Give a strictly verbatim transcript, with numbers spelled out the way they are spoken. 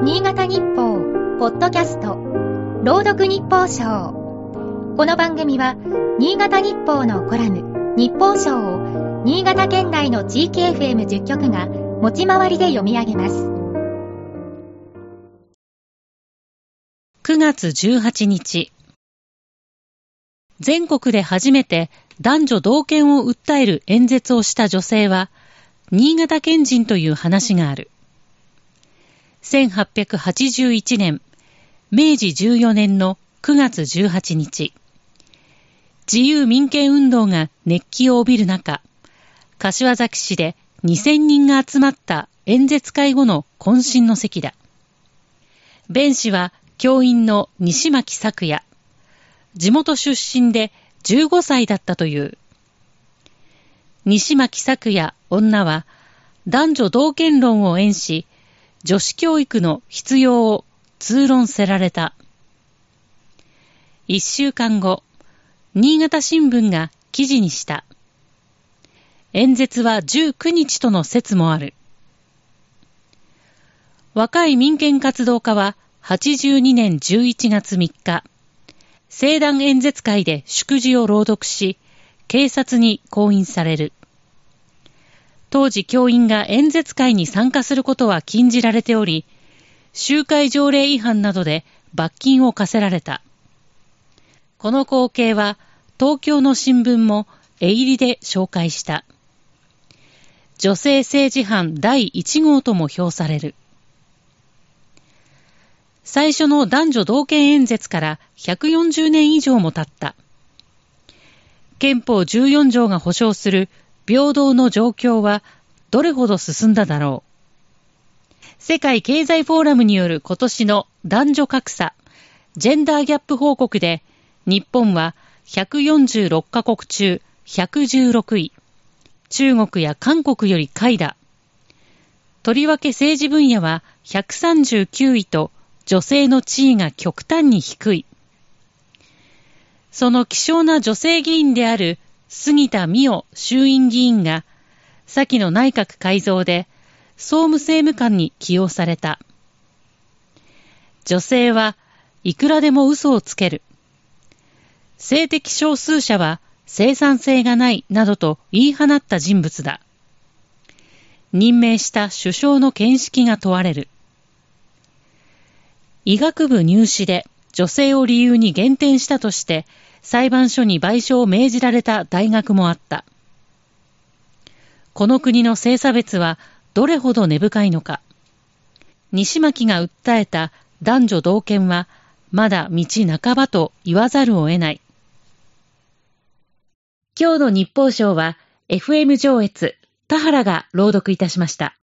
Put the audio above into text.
新潟日報ポッドキャスト朗読日報賞。この番組は新潟日報のコラム日報賞を新潟県内の地域 エフエムじゅっ 局が持ち回りで読み上げます。 くがつじゅうはちにち、全国で初めて男女同権を訴える演説をした女性は新潟県人という話がある。せんはっぴゃくはちじゅういちねん、めいじじゅうよねんのくがつじゅうはちにち、自由民権運動が熱気を帯びる中、柏崎市でにせんにんが集まった演説会後の渾身の席だ。弁士は教員の西巻作也、地元出身でじゅうごさいだったという。西巻作也女は男女同権論を演し、女子教育の必要を通論せられた。一週間後、新潟新聞が記事にした。演説はじゅうくにちとの説もある。若い民権活動家ははちじゅうにねんじゅういちがつみっか、聖壇演説会で祝辞を朗読し、警察に勾引される。当時教員が演説会に参加することは禁じられており、集会条例違反などで罰金を課せられた。この光景は東京の新聞も絵入りで紹介した。女性政治犯だいいち号とも評される。最初の男女同権演説からひゃくよんじゅうねん以上も経った。憲法じゅうよんじょうが保障する平等の状況はどれほど進んだだろう。世界経済フォーラムによる今年の男女格差、ジェンダーギャップ報告で、日本はひゃくよんじゅうろっかこく中ひゃくじゅうろくい、中国や韓国より下位だ。とりわけ政治分野はひゃくさんじゅうきゅういと女性の地位が極端に低い。その希少な女性議員である杉田水脈衆院議員が先の内閣改造で総務政務官に起用された。女性はいくらでも嘘をつける。性的少数者は生産性がないなどと言い放った人物だ。任命した首相の見識が問われる。医学部入試で女性を理由に減点したとして裁判所に賠償を命じられた大学もあった。この国の性差別はどれほど根深いのか。西巻が訴えた男女同権はまだ道半ばと言わざるを得ない。今日の日報賞は エフエム 上越田原が朗読いたしました。